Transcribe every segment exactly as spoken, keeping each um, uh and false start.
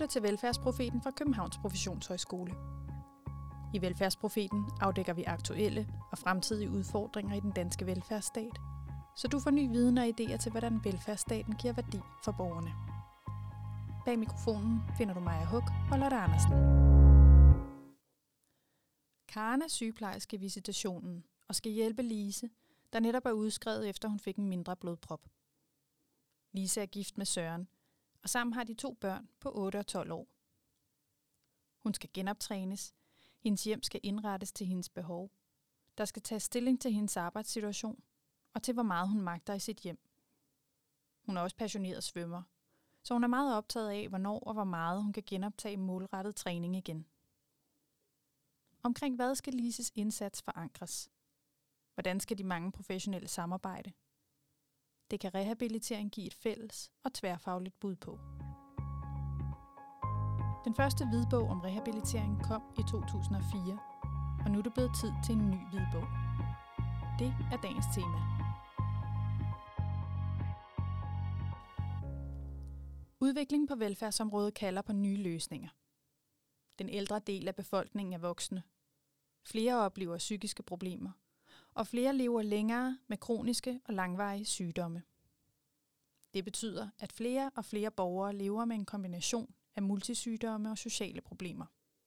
til Velfærdsprofeten fra Københavns Professionshøjskole. I Velfærdsprofeten afdækker vi aktuelle og fremtidige udfordringer i den danske velfærdsstat, så du får ny viden og idéer til, hvordan velfærdsstaten giver værdi for borgerne. Bag mikrofonen finder du Maja Huk og Lotte Andersen. Karen er sygeplejerske i visitationen og skal hjælpe Lise, der netop er udskrevet efter hun fik en mindre blodprop. Lise er gift med Søren, og sammen har de to børn på otte og tolv år. Hun skal genoptrænes, hendes hjem skal indrettes til hendes behov, der skal tages stilling til hendes arbejdssituation og til hvor meget hun magter i sit hjem. Hun er også passioneret svømmer, så hun er meget optaget af, hvornår og hvor meget hun kan genoptage målrettet træning igen. Omkring hvad skal Lises indsats forankres? Hvordan skal de mange professionelle samarbejde? Det kan rehabilitering give et fælles og tværfagligt bud på. Den første hvidbog om rehabilitering kom i to tusind og fire, og nu er det blevet tid til en ny hvidbog. Det er dagens tema. Udviklingen på velfærdsområdet kalder på nye løsninger. Den ældre del af befolkningen er voksne. Flere oplever psykiske problemer, og flere lever længere med kroniske og langvarige sygdomme. Det betyder, at flere og flere borgere lever med en kombination af multisygdomme og sociale problemer.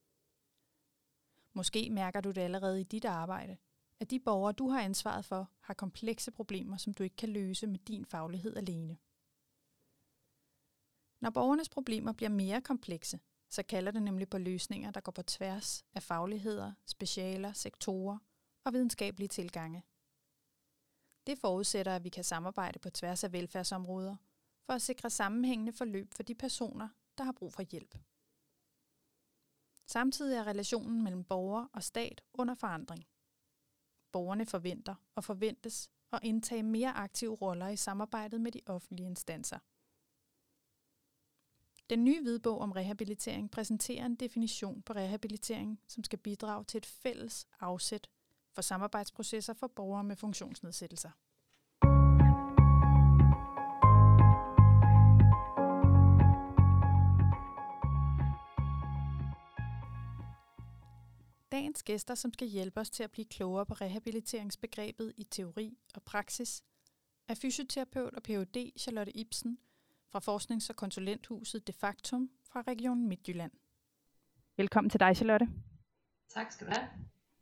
Måske mærker du det allerede i dit arbejde, at de borgere, du har ansvaret for, har komplekse problemer, som du ikke kan løse med din faglighed alene. Når borgernes problemer bliver mere komplekse, så kalder det nemlig på løsninger, der går på tværs af fagligheder, specialer, sektorer og videnskabelige tilgange. Det forudsætter, at vi kan samarbejde på tværs af velfærdsområder for at sikre sammenhængende forløb for de personer, der har brug for hjælp. Samtidig er relationen mellem borger og stat under forandring. Borgerne forventer og forventes at indtage mere aktive roller i samarbejdet med de offentlige instanser. Den nye hvidbog om rehabilitering præsenterer en definition på rehabilitering, som skal bidrage til et fælles afsæt for samarbejdsprocesser for borgere med funktionsnedsættelser. Dagens gæster, som skal hjælpe os til at blive klogere på rehabiliteringsbegrebet i teori og praksis, er fysioterapeut og P H D Charlotte Ibsen fra Forsknings- og Konsulenthuset Defaktum fra Region Midtjylland. Velkommen til dig, Charlotte. Tak skal du have.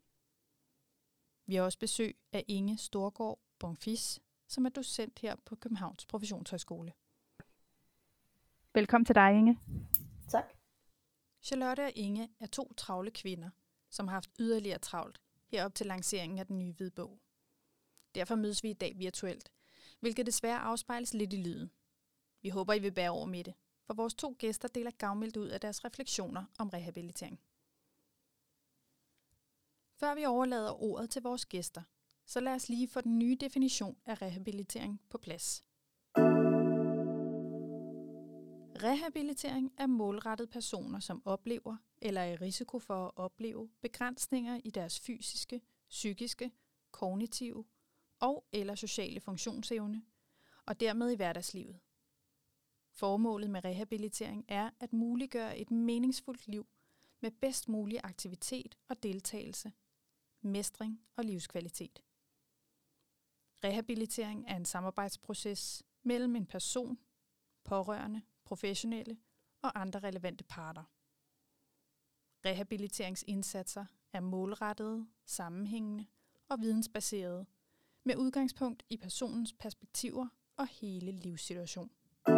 Vi har også besøg af Inge Storgård Bonfils, som er docent her på Københavns Professionshøjskole. Velkommen til dig, Inge. Tak. Charlotte og Inge er to travle kvinder, som har haft yderligere travlt herop til lanceringen af den nye hvidbog. Derfor mødes vi i dag virtuelt, hvilket desværre afspejles lidt i lyden. Vi håber, I vil bære over med det, for vores to gæster deler gavmildt ud af deres refleksioner om rehabilitering. Før vi overlader ordet til vores gæster, så lad os lige få den nye definition af rehabilitering på plads. Rehabilitering er målrettet personer, som oplever eller er i risiko for at opleve begrænsninger i deres fysiske, psykiske, kognitive og eller sociale funktionsevne, og dermed i hverdagslivet. Formålet med rehabilitering er at muliggøre et meningsfuldt liv med bedst mulig aktivitet og deltagelse, mestring og livskvalitet. Rehabilitering er en samarbejdsproces mellem en person, pårørende, professionelle og andre relevante parter. Rehabiliteringsindsatser er målrettede, sammenhængende og vidensbaserede med udgangspunkt i personens perspektiver og hele livssituation.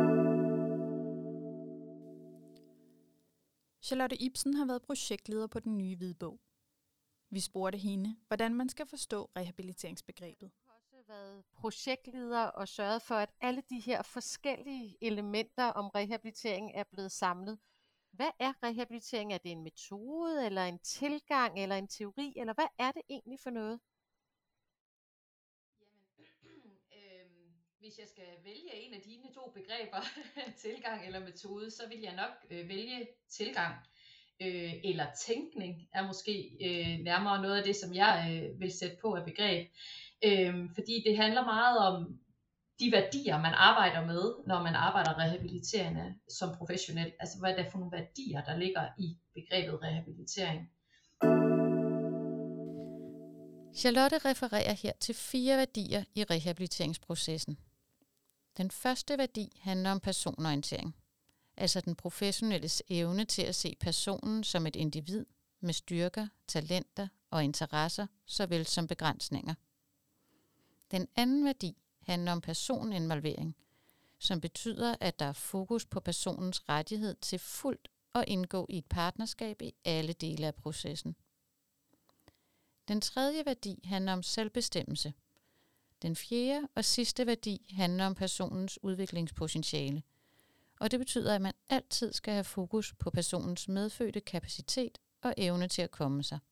Charlotte Ibsen har været projektleder på den nye hvidbog. Vi spurgte hende, hvordan man skal forstå rehabiliteringsbegrebet. Jeg har også været projektleder og sørget for, at alle de her forskellige elementer om rehabilitering er blevet samlet. Hvad er rehabilitering? Er det en metode, eller en tilgang, eller en teori, eller hvad er det egentlig for noget? Jamen, øhm, hvis jeg skal vælge en af dine to begreber, tilgang eller metode, så vil jeg nok øh, vælge tilgang. Øh, eller tænkning er måske øh, nærmere noget af det, som jeg øh, vil sætte på af begreb. Øh, fordi det handler meget om de værdier, man arbejder med, når man arbejder rehabiliterende som professionel. Altså hvad er det for nogle værdier, der ligger i begrebet rehabilitering. Charlotte refererer her til fire værdier i rehabiliteringsprocessen. Den første værdi handler om personorientering, altså den professionelles evne til at se personen som et individ med styrker, talenter og interesser, såvel som begrænsninger. Den anden værdi handler om personinvolvering, som betyder, at der er fokus på personens rettighed til fuldt at indgå i et partnerskab i alle dele af processen. Den tredje værdi handler om selvbestemmelse. Den fjerde og sidste værdi handler om personens udviklingspotentiale, og det betyder, at man altid skal have fokus på personens medfødte kapacitet og evne til at komme sig.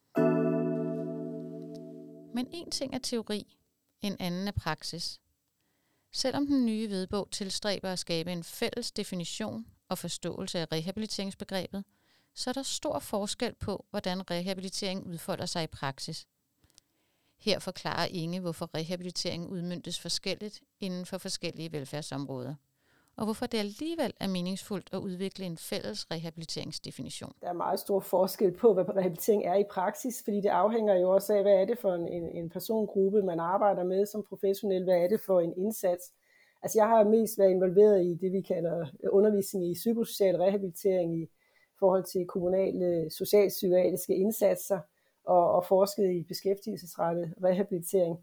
Men en ting er teori, en anden er praksis. Selvom den nye hvidbog tilstræber at skabe en fælles definition og forståelse af rehabiliteringsbegrebet, så er der stor forskel på, hvordan rehabilitering udfolder sig i praksis. Her forklarer Inge, hvorfor rehabilitering udmøntes forskelligt inden for forskellige velfærdsområder, og hvorfor det alligevel er meningsfuldt at udvikle en fælles rehabiliteringsdefinition. Der er meget stor forskel på, hvad rehabilitering er i praksis, fordi det afhænger jo også af, hvad er det for en, en persongruppe, man arbejder med som professionel, hvad er det for en indsats. Altså jeg har mest været involveret i det, vi kalder undervisning i psykosocial rehabilitering i forhold til kommunale socialpsykiatriske indsatser og, og forsket i beskæftigelsesrettet rehabilitering.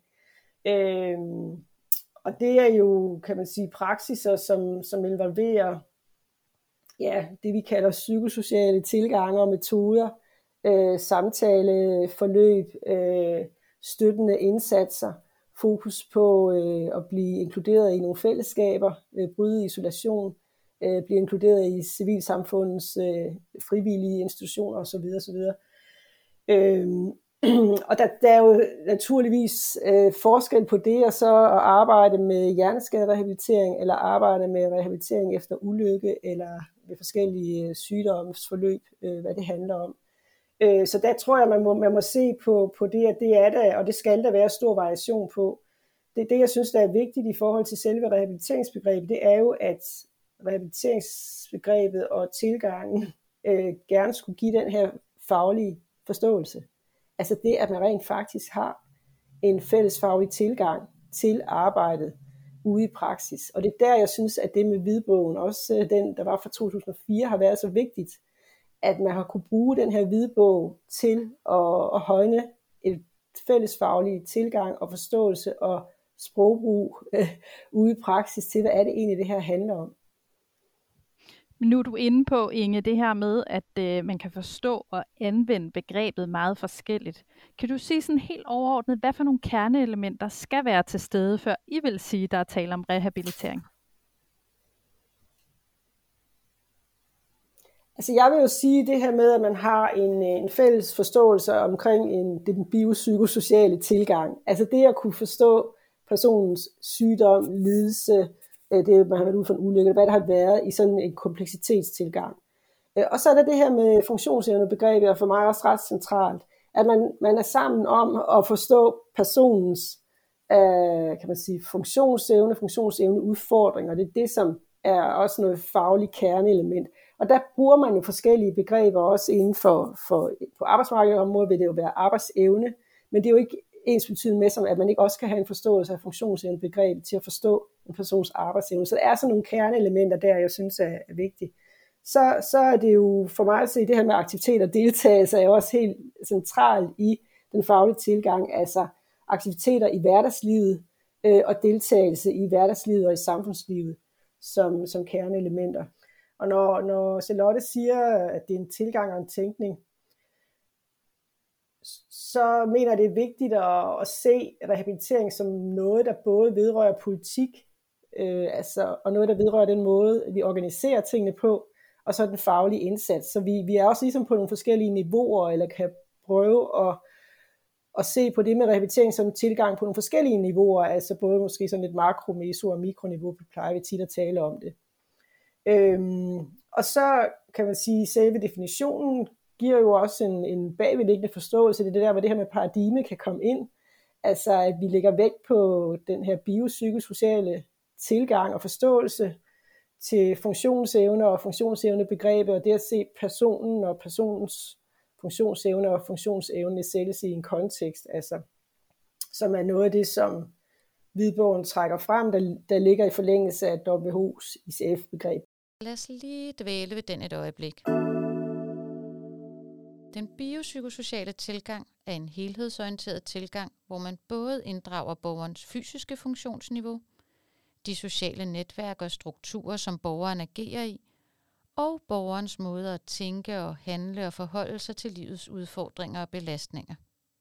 Øhm, og det er jo, kan man sige, praksiser, som, som involverer ja, det, vi kalder psykosociale tilgange og metoder, øh, samtaleforløb, øh, støttende indsatser, fokus på øh, at blive inkluderet i nogle fællesskaber, øh, bryde isolation, øh, blive inkluderet i civilsamfundets øh, frivillige institutioner osv. osv. Øhm, og der, der er jo naturligvis øh, forskel på det, og så at arbejde med hjerneskaderehabilitering, eller arbejde med rehabilitering efter ulykke, eller ved forskellige sygdomsforløb, øh, hvad det handler om. Øh, så der tror jeg, man må, man må se på, på det, at det er der, og det skal der være stor variation på. Det, det, jeg synes, der er vigtigt i forhold til selve rehabiliteringsbegrebet, det er jo, at rehabiliteringsbegrebet og tilgangen øh, gerne skulle give den her faglige forståelse. Altså det, at man rent faktisk har en fællesfaglig tilgang til arbejdet ude i praksis. Og det er der, jeg synes, at det med hvidbogen, også den, der var fra to tusind og fire, har været så vigtigt, at man har kunne bruge den her hvidbog til at, at højne et fællesfaglig tilgang og forståelse og sprogbrug øh, ude i praksis til, hvad er det egentlig, det her handler om. Men nu er du inde på, Inge, det her med, at øh, man kan forstå og anvende begrebet meget forskelligt. Kan du sige sådan helt overordnet, hvad for nogle kerneelementer skal være til stede, før I vil sige, der er tale om rehabilitering? Altså jeg vil jo sige det her med, at man har en, en fælles forståelse omkring en, den biopsykosociale tilgang. Altså det at kunne forstå personens sygdom, lidelse, det man har været ude for en ulykke, hvad der har været i sådan en kompleksitetstilgang. Og så er der det her med funktionsevnebegrebet, og for mig også ret centralt, at man, man er sammen om at forstå personens øh, kan man sige, funktionsevne, funktionsevne udfordringer. Det er det, som er også noget fagligt kerneelement. Og der bruger man jo forskellige begreber også inden for, for på arbejdsmarkedsområdet vil det jo være arbejdsevne, men det er jo ikke ens betydende med, som at man ikke også kan have en forståelse af funktionsevnebegrebet til at forstå en persons arbejdsevne. Så der er sådan nogle kerneelementer der, jeg synes er, er vigtige. Så, så er det jo for mig at se, det her med aktivitet og deltagelse er jo også helt centralt i den faglige tilgang, altså aktiviteter i hverdagslivet øh, og deltagelse i hverdagslivet og i samfundslivet som, som kerneelementer. Og når, når Charlotte siger, at det er en tilgang og en tænkning, så mener jeg, det er vigtigt at, at se rehabilitering som noget, der både vedrører politik, øh, altså, og noget, der vedrører den måde, vi organiserer tingene på, og så den faglige indsats. Så vi, vi er også ligesom på nogle forskellige niveauer, eller kan prøve at, at se på det med rehabilitering som tilgang på nogle forskellige niveauer, altså både måske sådan et makro-, meso- og mikroniveau, vi plejer vi tit at tale om det. Øhm, og så kan man sige, at selve definitionen giver jo også en, en bagvedliggende forståelse. Det er det der, hvor det her med paradigme kan komme ind. Altså at vi lægger vægt på den her biopsykosociale tilgang og forståelse til funktionsevne og funktionsevnebegrebet, og det at se personen og personens funktionsevne og funktionsevne sættes i en kontekst, altså, som er noget af det, som hvidbogen trækker frem, der, der ligger i forlængelse af W H's I C F-begreb. Lad os lige dvæle ved den et øjeblik. Den biopsykosociale tilgang er en helhedsorienteret tilgang, hvor man både inddrager borgerens fysiske funktionsniveau, de sociale netværk og strukturer, som borgeren agerer i, og borgerens måde at tænke og handle og forholde sig til livets udfordringer og belastninger.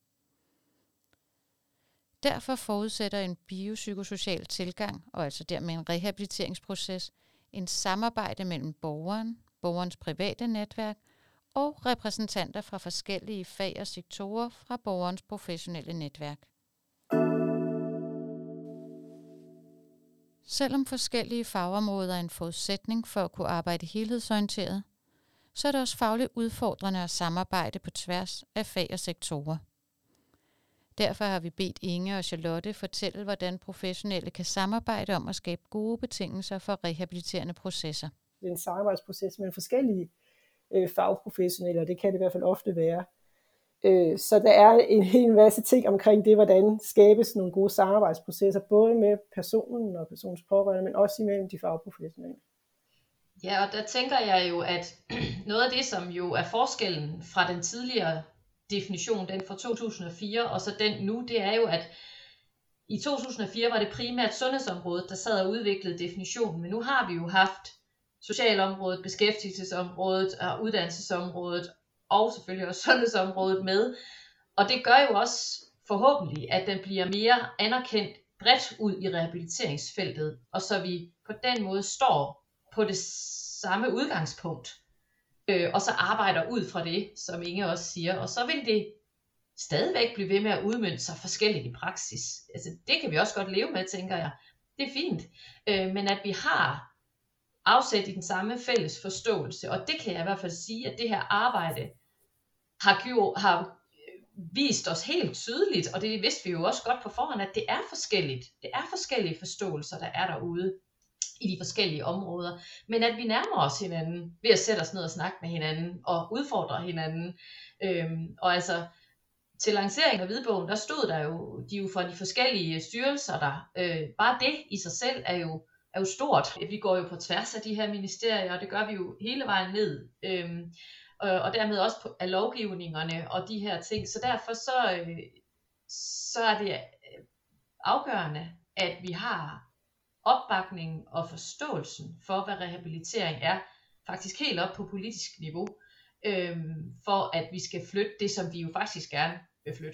Derfor forudsætter en biopsykosocial tilgang, og altså dermed en rehabiliteringsproces, en samarbejde mellem borgeren, borgerens private netværk og repræsentanter fra forskellige fag og sektorer fra borgerens professionelle netværk. Selvom forskellige fagområder er en forudsætning for at kunne arbejde helhedsorienteret, så er det også fagligt udfordrende at samarbejde på tværs af fag og sektorer. Derfor har vi bedt Inge og Charlotte fortælle, hvordan professionelle kan samarbejde om at skabe gode betingelser for rehabiliterende processer. Det er en samarbejdsproces mellem forskellige øh, fagprofessionelle, og det kan det i hvert fald ofte være. Øh, så der er en hel masse ting omkring det, hvordan skabes nogle gode samarbejdsprocesser, både med personen og personens pårørende, men også imellem de fagprofessionelle. Ja, og der tænker jeg jo, at noget af det, som jo er forskellen fra den tidligere definition, den fra to tusind og fire, og så den nu, det er jo, at i to tusind og fire var det primært sundhedsområdet, der sad og udviklede definitionen, men nu har vi jo haft socialområdet, beskæftigelsesområdet og uddannelsesområdet, og selvfølgelig også sundhedsområdet med, og det gør jo også forhåbentlig, at den bliver mere anerkendt bredt ud i rehabiliteringsfeltet, og så vi på den måde står på det samme udgangspunkt, øh, og så arbejder ud fra det, som Inge også siger, og så vil det stadigvæk blive ved med at udmønte sig forskelligt i praksis. Altså det kan vi også godt leve med, tænker jeg. Det er fint, øh, men at vi har afsæt i den samme fælles forståelse, og det kan jeg i hvert fald sige, at det her arbejde har, gjort, har vist os helt tydeligt, og det vidste vi jo også godt på forhånd, at det er forskelligt. Det er forskellige forståelser, der er derude i de forskellige områder, men at vi nærmer os hinanden ved at sætte os ned og snakke med hinanden og udfordre hinanden. Øhm, og altså til lanceringen af hvidbogen, der stod der jo, de jo fra de forskellige styrelser der. Øh, bare det i sig selv er jo, er jo stort. Vi går jo på tværs af de her ministerier, og det gør vi jo hele vejen ned. Øhm, og dermed også på, af lovgivningerne og de her ting. Så derfor så, øh, så er det afgørende, at vi har opbakningen og forståelsen for, hvad rehabilitering er, faktisk helt op på politisk niveau, øhm, for at vi skal flytte det, som vi jo faktisk gerne vil flytte.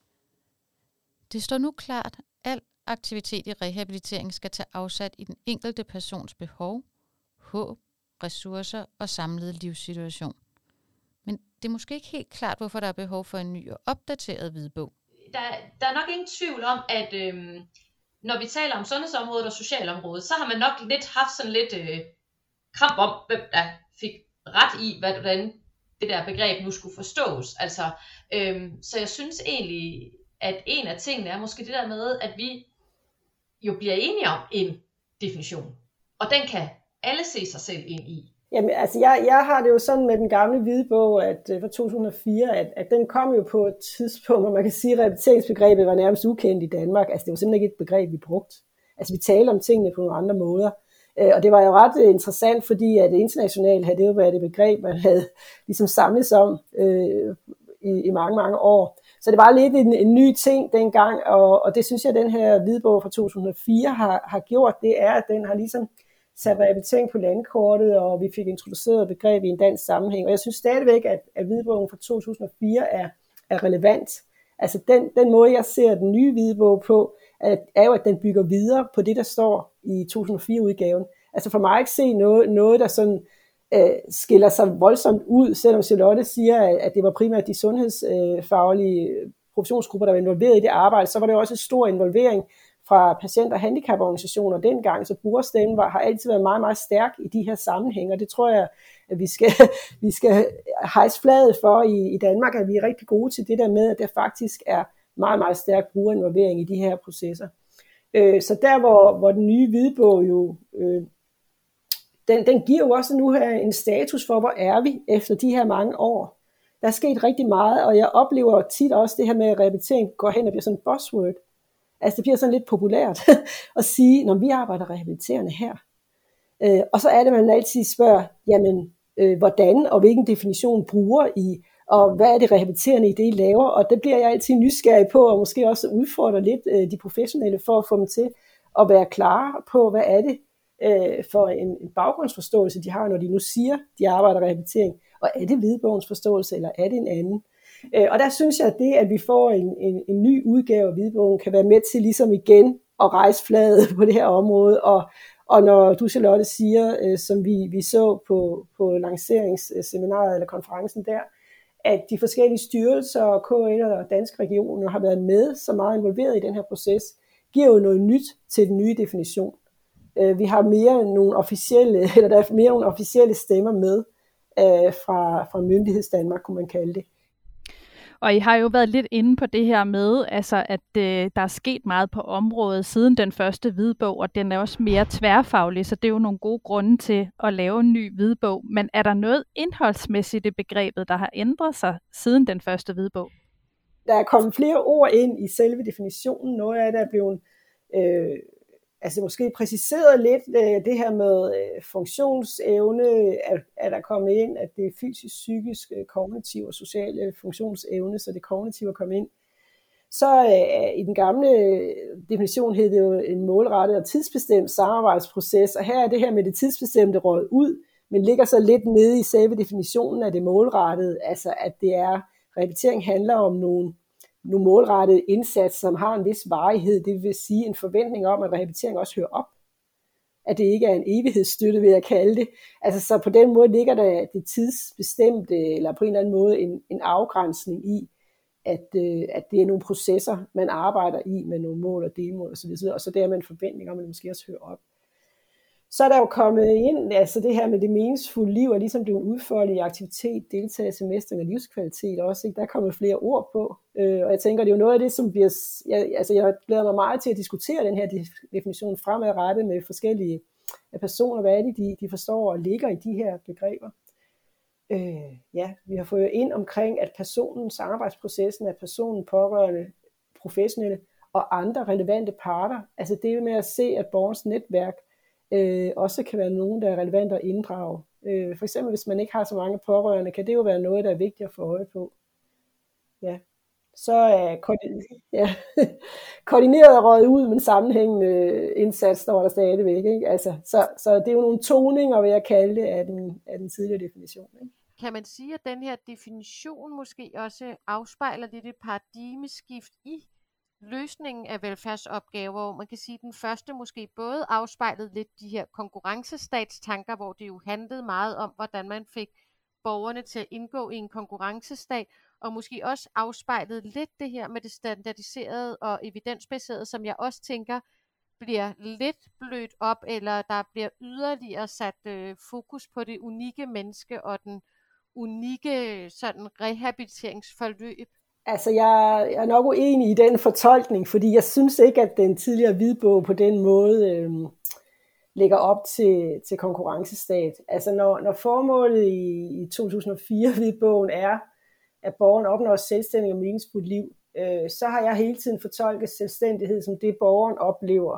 Det står nu klart, at al aktivitet i rehabilitering skal tage afsat i den enkelte persons behov, håb, ressourcer og samlede livssituation. Men det er måske ikke helt klart, hvorfor der er behov for en ny og opdateret hvidbog. Der, der er nok ingen tvivl om, at øhm, når vi taler om sundhedsområdet og socialområdet, så har man nok lidt haft sådan lidt øh, kramp om, hvem der fik ret i, hvordan det der begreb nu skulle forstås. Altså, øhm, så jeg synes egentlig, at en af tingene er måske det der med, at vi jo bliver enige om en definition. Og den kan alle se sig selv ind i. Jamen, altså jeg, jeg har det jo sådan med den gamle hvidbog at, fra to tusind og fire, at, at den kom jo på et tidspunkt, hvor man kan sige, at rehabiliteringsbegrebet var nærmest ukendt i Danmark. Altså det var simpelthen ikke et begreb, vi brugte. Altså vi talte om tingene på nogle andre måder. Og det var jo ret interessant, fordi at internationalt havde det jo været et begreb, man havde ligesom samlet sig om øh, i, i mange, mange år. Så det var lidt en, en ny ting dengang, og, og det synes jeg, at den her hvidbog fra to tusind og fire har, har gjort, det er, at den har ligesom sat rehabilitering på landkortet, og vi fik introduceret begreb i en dansk sammenhæng. Og jeg synes stadigvæk, at, at hvidbogen fra to tusind og fire er, er relevant. Altså den, den måde, jeg ser den nye hvidbog på, at, er jo, at den bygger videre på det, der står i to tusind og fire-udgaven. Altså for mig ikke se noget, noget der sådan øh, skiller sig voldsomt ud, selvom Charlotte siger, at det var primært de sundhedsfaglige øh, professionsgrupper, der var involveret i det arbejde, så var det også en stor involvering fra patient- og handicaporganisationer dengang, så brugerstemmen var, har altid været meget, meget stærk i de her sammenhænge, og det tror jeg, at vi skal, vi skal hejse flaget for i, i Danmark, at vi er rigtig gode til det der med, at det faktisk er meget, meget stærk brugerinvolvering i de her processer. Øh, så der, hvor, hvor den nye hvidbog jo, øh, den, den giver jo også nu her en status for, hvor er vi efter de her mange år. Der er sket rigtig meget, og jeg oplever tit også det her med, at rehabilitering går hen og bliver sådan en buzzword. Altså det bliver sådan lidt populært at sige, når vi arbejder rehabiliterende her. Øh, og så er det, man altid spørger, jamen, øh, hvordan og hvilken definition bruger I, og hvad er det rehabiliterende i det, I laver? Og det bliver jeg altid nysgerrig på, og måske også udfordre lidt øh, de professionelle for at få dem til at være klare på, hvad er det øh, for en, en baggrundsforståelse, de har, når de nu siger, de arbejder rehabilitering. Og er det hvidbogens forståelse, eller er det en anden? Øh, og der synes jeg, at det, at vi får en, en, en ny udgave af hvidbogen, kan være med til ligesom igen at rejse flaget på det her område. Og, og når du, Charlotte, siger, øh, som vi, vi så på, på lanceringsseminaret eller konferencen der, at de forskellige styrelser og K L og danske regioner har været med så meget involveret i den her proces, giver jo noget nyt til den nye definition. Øh, vi har mere nogle officielle, eller der er mere nogle officielle stemmer med øh, fra, fra Myndighedsdanmark, kunne man kalde det. Og I har jo været lidt inde på det her med, altså, at øh, der er sket meget på området siden den første hvidbog, og den er også mere tværfaglig, så det er jo nogle gode grunde til at lave en ny hvidbog. Men er der noget indholdsmæssigt i begrebet, der har ændret sig siden den første hvidbog? Der er kommet flere ord ind i selve definitionen. Noget af det er blevet øh, altså måske præciseret lidt. Øh, det her med øh, funktionsevne er, er der kommet ind, at det er fysisk, psykisk, kognitiv og social funktionsevne, så det kognitive er kommet ind. Så øh, i den gamle definition hed det jo en målrettet og tidsbestemt samarbejdsproces, og her er det her med det tidsbestemte røget ud, men ligger så lidt nede i selve definitionen af det målrettede, altså at det er, rehabilitering handler om nogle, nogle målrettede indsatser, som har en vis varighed, det vil sige en forventning om, at rehabilitering også hører op, at det ikke er en evighedsstøtte, vil jeg kalde det. Altså så på den måde ligger der det tidsbestemte, eller på en eller anden måde en, en afgrænsning i, at, øh, at det er nogle processer, man arbejder i med nogle mål og delmål osv., og så der er man en forventning om, at det måske også hører op. Så er der jo kommet ind, altså det her med det meningsfulde liv, er ligesom blevet udfoldet i aktivitet, deltagelse, mestring og livskvalitet også. Ikke? Der er kommet flere ord på, øh, og jeg tænker, det er jo noget af det, som bliver, jeg, altså jeg glæder mig meget til at diskutere den her definition fremadrettet med forskellige personer, hvad er det, de, de forstår og ligger i de her begreber. Øh, ja, vi har fået ind omkring, at personen, samarbejdsprocessen af personen, pårørende, professionelle og andre relevante parter, altså det med at se, at borgerens netværk øh, også kan være nogen, der er relevante at inddrage. Øh, for eksempel, hvis man ikke har så mange pårørende, kan det jo være noget, der er vigtigt at få øje på. Ja. Så er koordineret, ja. koordineret og røget ud, men sammenhængende indsats står der stadigvæk. Ikke? Altså, så, så det er jo nogle toninger, vil jeg kalde det, af den, af den tidligere definition. Ikke? Kan man sige, at den her definition måske også afspejler lidt et paradigmeskift i løsningen af velfærdsopgaver? Man kan sige, at den første måske både afspejlede lidt de her konkurrencestatstanker, hvor det jo handlede meget om, hvordan man fik borgerne til at indgå i en konkurrencestat, og måske også afspejlet lidt det her med det standardiserede og evidensbaserede, som jeg også tænker bliver lidt blødt op, eller der bliver yderligere sat øh, fokus på det unikke menneske og den unikke sådan rehabiliteringsforløb. Altså jeg, jeg er nok uenig i den fortolkning, fordi jeg synes ikke, at den tidligere hvidbog på den måde øh, lægger op til, til konkurrencestat. Altså når, når formålet i, i to tusind og fire hvidbogen er, at borgeren opnår selvstændig og meningsfuldt liv, øh, så har jeg hele tiden fortolket selvstændighed som det, borgeren oplever,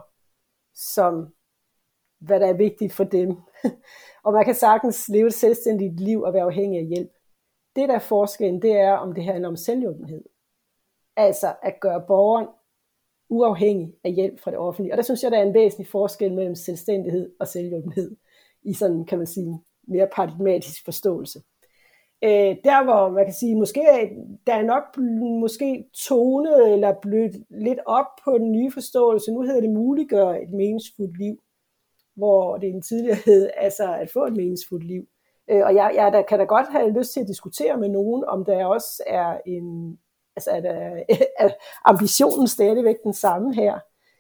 som hvad der er vigtigt for dem. Og man kan sagtens leve et selvstændigt liv og være afhængig af hjælp. Det, der er forskellen, det er, om det handler om selvhjulpenhed. Altså at gøre borgeren uafhængig af hjælp fra det offentlige. Og der synes jeg, der er en væsentlig forskel mellem selvstændighed og selvhjulpenhed, i sådan, kan man sige, mere paradigmatisk forståelse. Øh, der hvor man kan sige, måske der er nok måske tonet eller blødt lidt op på den nye forståelse. Nu hedder det muliggøre et meningsfuldt liv, hvor det en tidligere hed, altså at få et meningsfuldt liv. Øh, og jeg, jeg der, kan da godt have lyst til at diskutere med nogen, om der også er en, altså er, der, er ambitionen stadigvæk den samme her,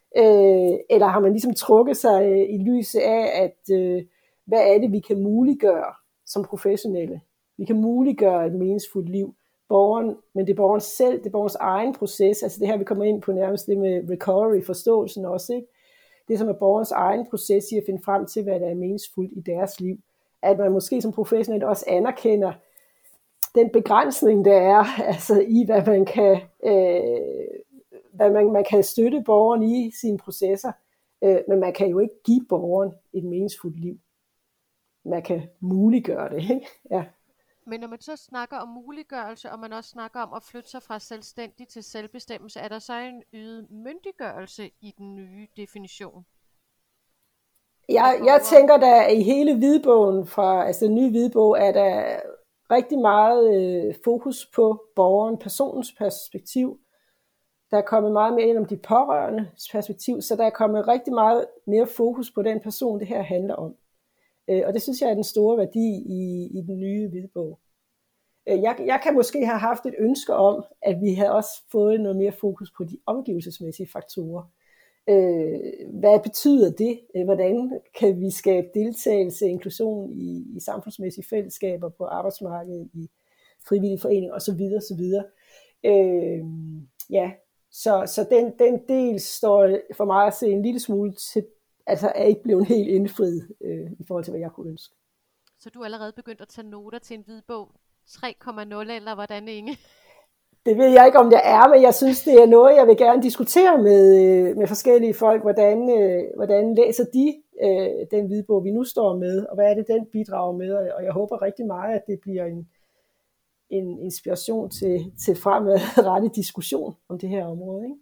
øh, eller har man ligesom trukket sig øh, i lyset af, at øh, hvad er det, vi kan muliggøre som professionelle? Vi kan muliggøre et meningsfuldt liv borgeren, men det er borgeren selv, det er borgerens egen proces, altså det her, vi kommer ind på nærmest det med recovery-forståelsen også, ikke? Det som er borgerens egen proces i at finde frem til, hvad der er meningsfuldt i deres liv. At man måske som professionel også anerkender den begrænsning, der er, altså i hvad man kan, øh, hvad man, man kan støtte borgeren i sine processer, øh, men man kan jo ikke give borgeren et meningsfuldt liv. Man kan muliggøre det, ikke? Ja. Men når man så snakker om muliggørelse, og man også snakker om at flytte sig fra selvstændig til selvbestemmelse, er der så en øget myndiggørelse i den nye definition? Jeg, jeg tænker, der i hele hvidbogen, fra, altså den nye hvidbog, er der rigtig meget øh, fokus på borgeren, personens perspektiv. Der er kommet meget mere ind om de pårørendes perspektiv, så der er kommet rigtig meget mere fokus på den person, det her handler om. Og det synes jeg er den store værdi i, i den nye hvidbog. Jeg, jeg kan måske have haft et ønske om, at vi havde også fået noget mere fokus på de omgivelsesmæssige faktorer. Hvad betyder det? Hvordan kan vi skabe deltagelse og inklusion i, i samfundsmæssige fællesskaber på arbejdsmarkedet, i frivillige foreninger osv. osv. Øh, ja, så, så den, den del står for mig at se en lille smule til, altså er ikke blevet helt indfriet øh, i forhold til, hvad jeg kunne ønske. Så du er allerede begyndt at tage noter til en hvidbog tre komma nul, eller hvordan, Inge? Det ved jeg ikke, om jeg er, men jeg synes, det er noget, jeg vil gerne diskutere med, med forskellige folk. Hvordan, øh, hvordan læser de øh, den hvidbog, vi nu står med, og hvad er det, den bidrager med? Og jeg håber rigtig meget, at det bliver en, en inspiration til, til fremadrettet diskussion om det her område, ikke?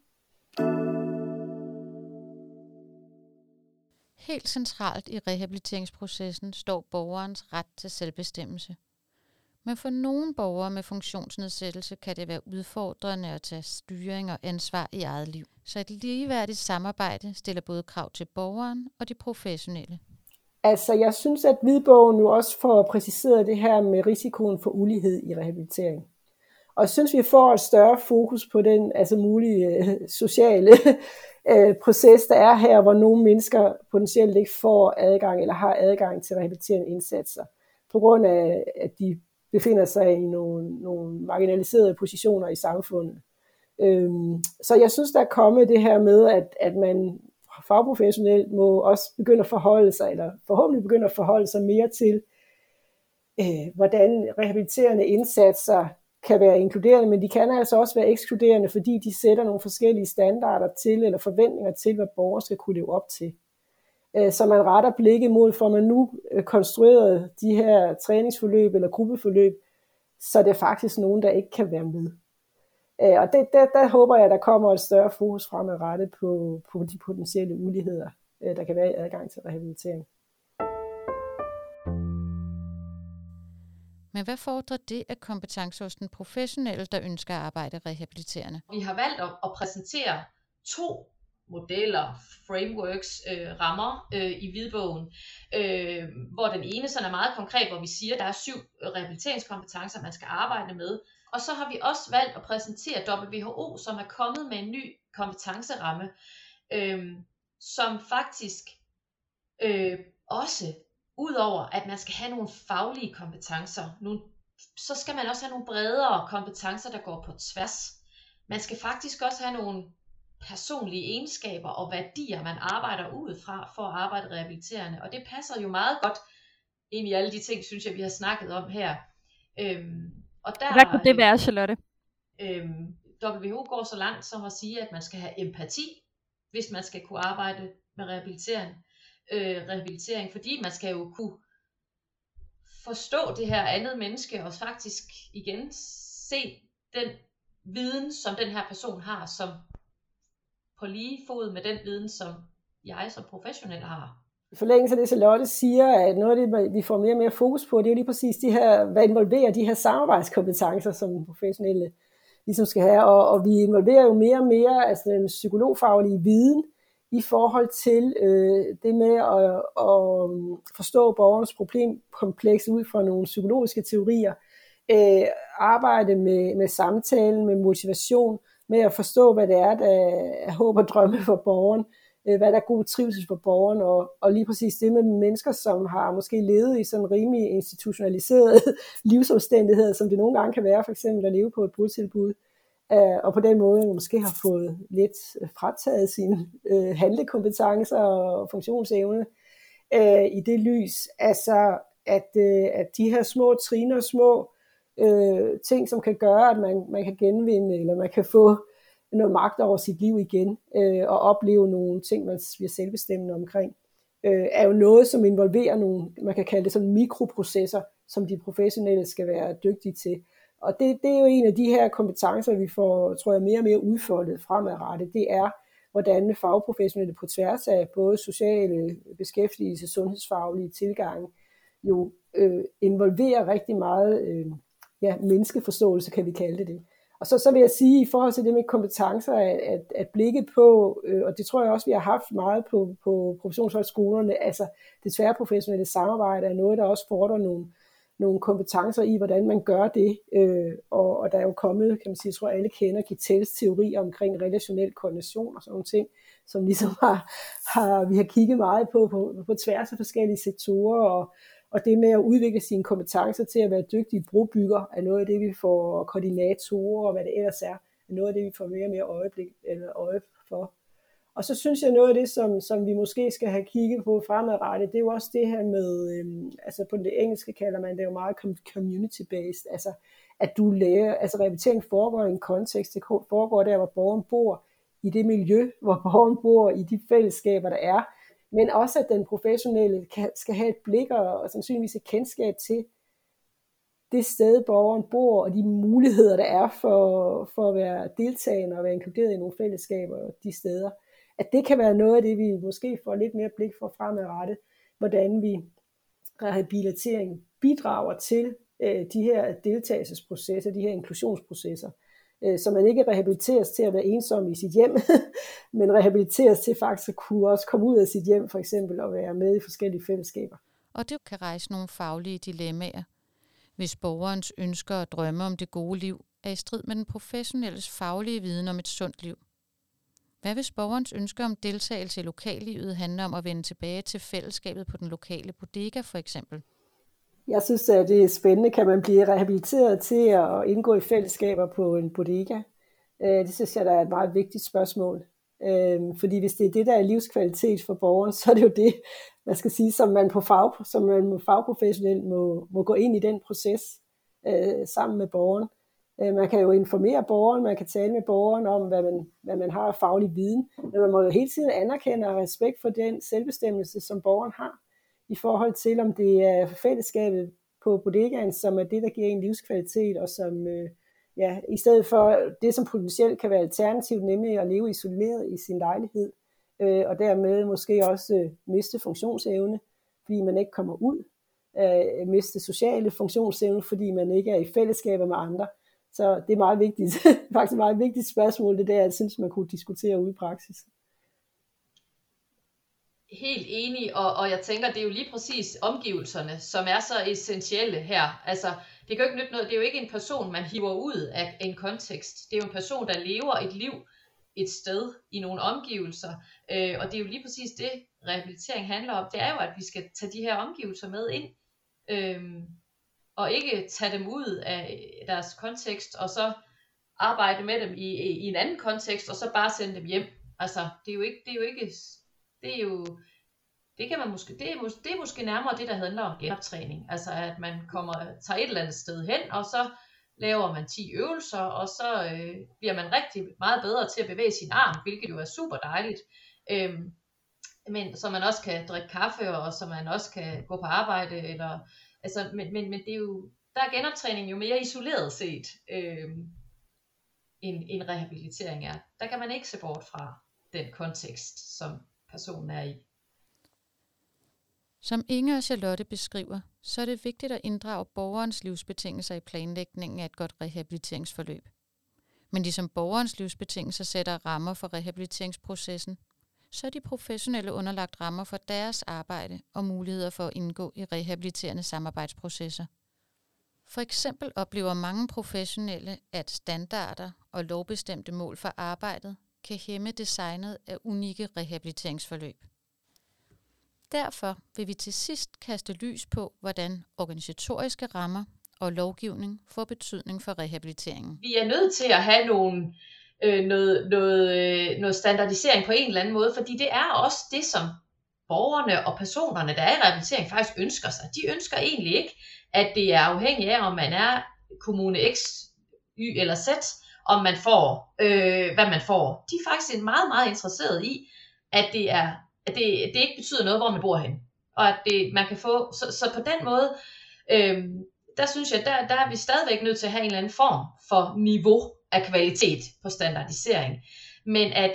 Helt centralt i rehabiliteringsprocessen står borgerens ret til selvbestemmelse. Men for nogle borgere med funktionsnedsættelse kan det være udfordrende at tage styring og ansvar i eget liv. Så et ligeværdigt samarbejde stiller både krav til borgeren og de professionelle. Altså, jeg synes, at hvidbogen nu også får præciseret det her med risikoen for ulighed i rehabilitering. Og jeg synes, vi får et større fokus på den altså mulige øh, sociale øh, proces, der er her, hvor nogle mennesker potentielt ikke får adgang eller har adgang til rehabiliterende indsatser, på grund af, at de befinder sig i nogle, nogle marginaliserede positioner i samfundet. Øhm, så jeg synes, der er kommet det her med, at, at man fagprofessionelt må også begynde at forholde sig, eller forhåbentlig begynde at forholde sig mere til, øh, hvordan rehabiliterende indsatser kan være inkluderende, men de kan altså også være ekskluderende, fordi de sætter nogle forskellige standarder til, eller forventninger til, hvad borgere skal kunne leve op til. Så man retter blikket mod, for man nu konstrueret de her træningsforløb eller gruppeforløb, så det er faktisk nogen, der ikke kan være med. Og det, der, der håber jeg, der kommer et større fokus fremadrettet på, på de potentielle uligheder, der kan være i adgang til rehabilitering. Men hvad fordrer det af kompetence hos den professionelle, der ønsker at arbejde rehabiliterende? Vi har valgt at, at præsentere to modeller, frameworks, øh, rammer øh, i hvidbogen, øh, hvor den ene sådan er meget konkret, hvor vi siger, at der er syv rehabiliteringskompetencer, man skal arbejde med. Og så har vi også valgt at præsentere W H O, som er kommet med en ny kompetenceramme, øh, som faktisk øh, også, udover at man skal have nogle faglige kompetencer, nogle, så skal man også have nogle bredere kompetencer, der går på tværs. Man skal faktisk også have nogle personlige egenskaber og værdier, man arbejder ud fra for at arbejde rehabiliterende. Og det passer jo meget godt ind i alle de ting, synes jeg, vi har snakket om her. Øhm, og der, Hvad kunne det være, Charlotte? Øhm, W H O går så langt som at sige, at man skal have empati, hvis man skal kunne arbejde med rehabilitering. Øh, rehabilitering, fordi man skal jo kunne forstå det her andet menneske, og faktisk igen se den viden, som den her person har, som på lige fod med den viden, som jeg som professionel har. I forlængelse af det, Charlotte siger, at noget af det, vi får mere og mere fokus på, det er jo lige præcis de her, hvad involverer de her samarbejdskompetencer, som professionelle ligesom skal have, og, og vi involverer jo mere og mere altså den psykologfaglige viden i forhold til øh, det med at, at forstå borgernes problemkompleks ud fra nogle psykologiske teorier, øh, arbejde med, med samtalen, med motivation, med at forstå, hvad det er, der er håb og drømme for borgeren, hvad der er god trivsel for borgeren, og, og lige præcis det med mennesker, som har måske levet i sådan rimelig institutionaliseret livsomstændigheder, som det nogle gange kan være, for eksempel at leve på et botilbud, og på den måde måske har fået lidt frataget sine øh, handlekompetencer og funktionsevne øh, i det lys. Altså, at, øh, at de her små triner, små øh, ting, som kan gøre, at man, man kan genvinde, eller man kan få noget magt over sit liv igen, øh, og opleve nogle ting, man bliver selvbestemmende omkring, øh, er jo noget, som involverer nogle, man kan kalde det sådan mikroprocesser, som de professionelle skal være dygtige til. Og det, det er jo en af de her kompetencer, vi får, tror jeg, mere og mere udfoldet fremadrettet. Det er, hvordan fagprofessionelle på tværs af både sociale, beskæftigelse, sundhedsfaglige tilgange jo øh, involverer rigtig meget øh, ja, menneskeforståelse, kan vi kalde det det. Og så, så vil jeg sige, i forhold til det med kompetencer, at, at, at blikket på, øh, og det tror jeg også, vi har haft meget på, på professionshøjskolerne, altså det tværprofessionelle samarbejde er noget, der også fordrer nogle, nogle kompetencer i, hvordan man gør det. Øh, og, og der er jo kommet, kan man sige, jeg tror alle kender Gittels teori omkring relationel koordination og sådan nogle ting, som ligesom har, har, vi har kigget meget på, på, på tværs af forskellige sektorer, og Og det med at udvikle sine kompetencer til at være dygtige brobygger, er noget af det, vi får koordinatorer og hvad det ellers er, er noget af det, vi får mere og mere øjeblik, eller øje for. Og så synes jeg, noget af det, som, som vi måske skal have kigget på fremadrettet, det er jo også det her med, øhm, altså på det engelske kalder man det jo meget community-based, altså at du lærer, altså rehabilitering foregår i en kontekst, det foregår der, hvor borgeren bor, i det miljø, hvor borgeren bor, i de fællesskaber, der er, men også at den professionelle kan, skal have et blik og, og sandsynligvis et kendskab til det sted, borgeren bor, og de muligheder, der er for, for at være deltagende og være inkluderet i nogle fællesskaber de steder. At det kan være noget af det, vi måske får lidt mere blik for fremadrettet, hvordan vi rehabilitering bidrager til øh, de her deltagelsesprocesser, de her inklusionsprocesser, så man ikke rehabiliteres til at være ensom i sit hjem, men rehabiliteres til faktisk at kunne også komme ud af sit hjem, for eksempel, og være med i forskellige fællesskaber. Og det kan rejse nogle faglige dilemmaer, hvis borgerens ønsker og drømme om det gode liv er i strid med den professionelles faglige viden om et sundt liv. Hvad hvis borgerens ønsker om deltagelse i lokallivet handler om at vende tilbage til fællesskabet på den lokale bodega, for eksempel? Jeg synes, at det er spændende. Kan man blive rehabiliteret til at indgå i fællesskaber på en bodega? Det synes jeg, der er et meget vigtigt spørgsmål. Fordi hvis det er det, der er livskvalitet for borgeren, så er det jo det, man skal sige, som man på fag, som man fagprofessionelt må, må gå ind i den proces øh, sammen med borgeren. Man kan jo informere borgeren, man kan tale med borgeren om, hvad man, hvad man har af faglig viden, men man må jo hele tiden anerkende og respekt for den selvbestemmelse, som borgeren har, i forhold til, om det er fællesskabet på bodegaen, som er det, der giver en livskvalitet, og som, øh, ja, i stedet for det, som potentielt kan være alternativt, nemlig at leve isoleret i sin lejlighed, øh, og dermed måske også øh, miste funktionsevne, fordi man ikke kommer ud, øh, miste sociale funktionsevne, fordi man ikke er i fællesskaber med andre. Så det er meget vigtigt, faktisk et meget vigtigt spørgsmål, det der, jeg synes, man kunne diskutere ude i praksis. Helt enig, og, og jeg tænker, det er jo lige præcis omgivelserne, som er så essentielle her. Altså, det kan jo ikke nytte noget, det er jo ikke en person, man hiver ud af en kontekst. Det er jo en person, der lever et liv et sted i nogle omgivelser, øh, og det er jo lige præcis det, rehabilitering handler om. Det er jo, at vi skal tage de her omgivelser med ind, øh, og ikke tage dem ud af deres kontekst, og så arbejde med dem i, i en anden kontekst, og så bare sende dem hjem. Altså, det er jo ikke, det er jo ikke Det er jo, det kan man måske, det er, det er måske nærmere det, der handler om genoptræning. Altså at man kommer, tager et eller andet sted hen, og så laver man ti øvelser, og så øh, bliver man rigtig meget bedre til at bevæge sin arm, hvilket jo er super dejligt. Øhm, men så man også kan drikke kaffe, og så man også kan gå på arbejde, eller, altså, men, men, men det er jo, der er genoptræning jo mere isoleret set, øh, end, end rehabilitering er. Der kan man ikke se bort fra den kontekst, som personen er i. Som Inge og Charlotte beskriver, så er det vigtigt at inddrage borgerens livsbetingelser i planlægningen af et godt rehabiliteringsforløb. Men ligesom borgerens livsbetingelser sætter rammer for rehabiliteringsprocessen, så er de professionelle underlagt rammer for deres arbejde og muligheder for at indgå i rehabiliterende samarbejdsprocesser. For eksempel oplever mange professionelle, at standarder og lovbestemte mål for arbejdet kan hæmme designet af unikke rehabiliteringsforløb. Derfor vil vi til sidst kaste lys på, hvordan organisatoriske rammer og lovgivning får betydning for rehabiliteringen. Vi er nødt til at have nogle, øh, noget, noget, øh, noget standardisering på en eller anden måde, fordi det er også det, som borgerne og personerne, der er i rehabilitering, faktisk ønsker sig. De ønsker egentlig ikke, at det er afhængigt af, om man er kommune X, Y eller Z, om man får, øh, hvad man får. De er faktisk meget, meget interesserede i, at det, er, at det, det ikke betyder noget, hvor man bor hen. Og at det, man kan få, så, så på den måde, øh, der synes jeg, der, der er vi stadigvæk nødt til at have en eller anden form for niveau af kvalitet på standardisering. Men at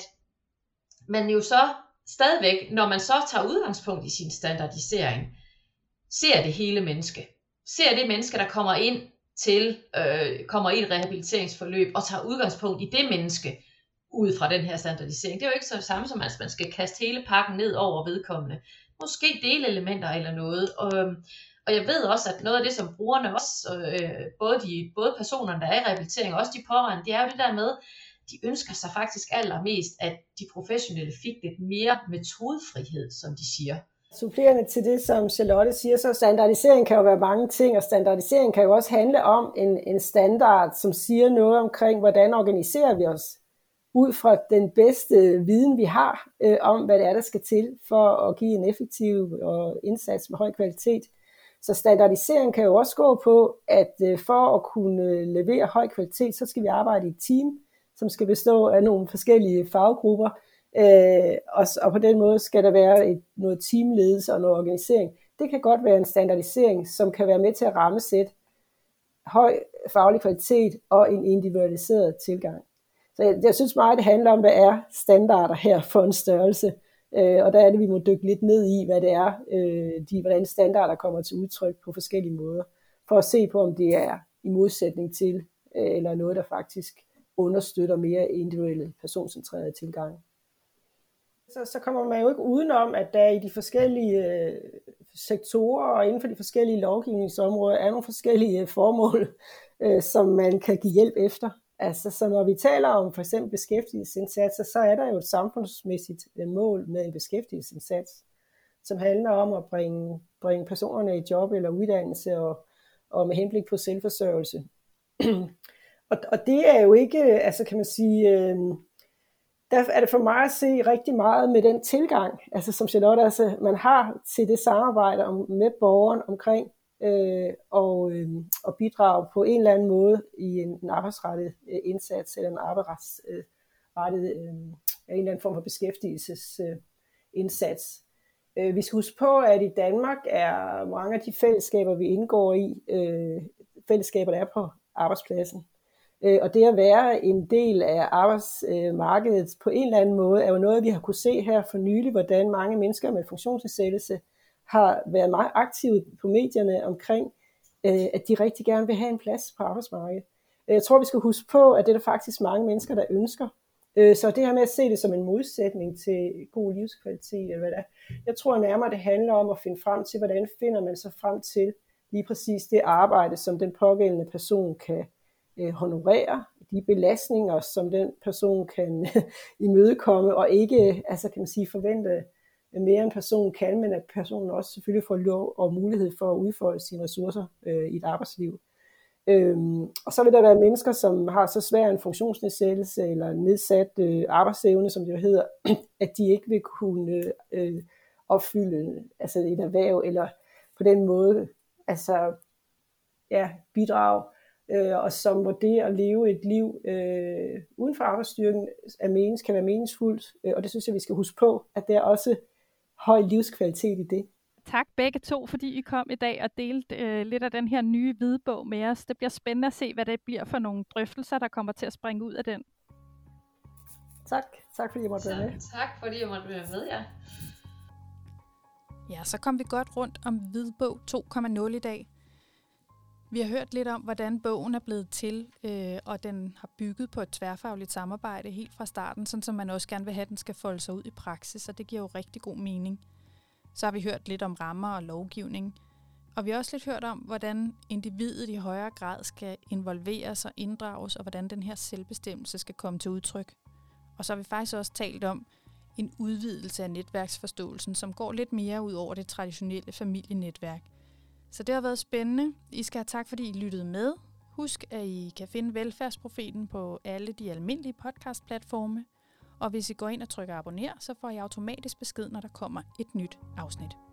man jo så stadigvæk, når man så tager udgangspunkt i sin standardisering, ser det hele menneske. Ser det menneske, der kommer ind til, øh, kommer i et rehabiliteringsforløb og tager udgangspunkt i det menneske ud fra den her standardisering. Det er jo ikke så samme som, at man skal kaste hele pakken ned over vedkommende. Måske delelementer eller noget. Og, og jeg ved også, at noget af det, som brugerne også, øh, både, de, både personerne, der er i rehabilitering, og også de pårørende, det er jo det der med, de ønsker sig faktisk allermest, at de professionelle fik lidt mere metodefrihed, som de siger. Supplerende til det, som Charlotte siger, så standardisering kan jo være mange ting, og standardisering kan jo også handle om en, en standard, som siger noget omkring, hvordan organiserer vi os ud fra den bedste viden, vi har øh, om, hvad det er, der skal til for at give en effektiv og indsats med høj kvalitet. Så standardisering kan jo også gå på, at øh, for at kunne levere høj kvalitet, så skal vi arbejde i et team, som skal bestå af nogle forskellige faggrupper, øh, og, og på den måde skal der være et, noget teamledelse og noget organisering. Det kan godt være en standardisering, som kan være med til at rammesætte høj faglig kvalitet og en individualiseret tilgang. Så jeg, jeg synes meget, det handler om, hvad er standarder her for en størrelse, øh, og der er det, vi må dykke lidt ned i, hvad det er, øh, de, hvordan standarder kommer til udtryk på forskellige måder, for at se på, om det er i modsætning til, øh, eller noget, der faktisk understøtter mere individuelle personcentrerede tilgang. Så, så kommer man jo ikke udenom, at der i de forskellige øh, sektorer og inden for de forskellige lovgivningsområder er nogle forskellige formål, øh, som man kan give hjælp efter. Altså, så når vi taler om for eksempel beskæftigelsesindsatser, så er der jo et samfundsmæssigt mål med en beskæftigelsesindsats, som handler om at bringe, bringe personerne i job eller uddannelse og, og med henblik på selvforsørgelse. Og, og det er jo ikke, altså kan man sige, øh, der er det for mig at se rigtig meget med den tilgang, altså som Charlotte, altså man har til det samarbejde om, med borgeren omkring øh, og, øh, og bidrage på en eller anden måde i en, en arbejdsrettet øh, indsats eller en arbejdsrettet øh, en eller anden form for beskæftigelsesindsats. Øh, øh, vi skal huske på, at i Danmark er mange af de fællesskaber, vi indgår i, øh, fællesskaber, der er på arbejdspladsen. Og det at være en del af arbejdsmarkedet på en eller anden måde, er jo noget, vi har kunne se her for nylig, hvordan mange mennesker med funktionsnedsættelse har været meget aktive på medierne omkring, at de rigtig gerne vil have en plads på arbejdsmarkedet. Jeg tror, vi skal huske på, at det er der faktisk mange mennesker, der ønsker. Så det her med at se det som en modsætning til god livskvalitet, eller hvad det er, jeg tror nærmere, det handler om at finde frem til, hvordan finder man sig frem til lige præcis det arbejde, som den pågældende person kan honorere, de belastninger, som den person kan imødekomme, og ikke, altså kan man sige, forvente mere en person kan, men at personen også selvfølgelig får lov og mulighed for at udfolde sine ressourcer øh, i et arbejdsliv. Øhm, og så vil der være mennesker, som har så svær en funktionsnedsættelse eller nedsat øh, arbejdsevne, som det jo hedder, at de ikke vil kunne øh, opfylde altså et erhverv, eller på den måde altså, ja, bidrage. Øh, og som hvor det at leve et liv øh, uden for arbejdsstyrken er menings, kan være meningsfuldt, øh, og det synes jeg, vi skal huske på, at der er også høj livskvalitet i det. Tak begge to, fordi I kom i dag og delte øh, lidt af den her nye hvidebog med os. Det bliver spændende at se, hvad det bliver for nogle drøftelser, der kommer til at springe ud af den. Tak. Tak fordi jeg måtte være med. Tak fordi jeg måtte være med, ja. Ja, så kom vi godt rundt om hvidebog to punkt nul i dag. Vi har hørt lidt om, hvordan bogen er blevet til, øh, og den har bygget på et tværfagligt samarbejde helt fra starten, sådan som man også gerne vil have, at den skal folde sig ud i praksis, og det giver jo rigtig god mening. Så har vi hørt lidt om rammer og lovgivning, og vi har også lidt hørt om, hvordan individet i højere grad skal involveres og inddrages, og hvordan den her selvbestemmelse skal komme til udtryk. Og så har vi faktisk også talt om en udvidelse af netværksforståelsen, som går lidt mere ud over det traditionelle familienetværk. Så det har været spændende. I skal have tak, fordi I lyttede med. Husk, at I kan finde Velfærdsprofeten på alle de almindelige podcastplatforme. Og hvis I går ind og trykker abonner, så får I automatisk besked, når der kommer et nyt afsnit.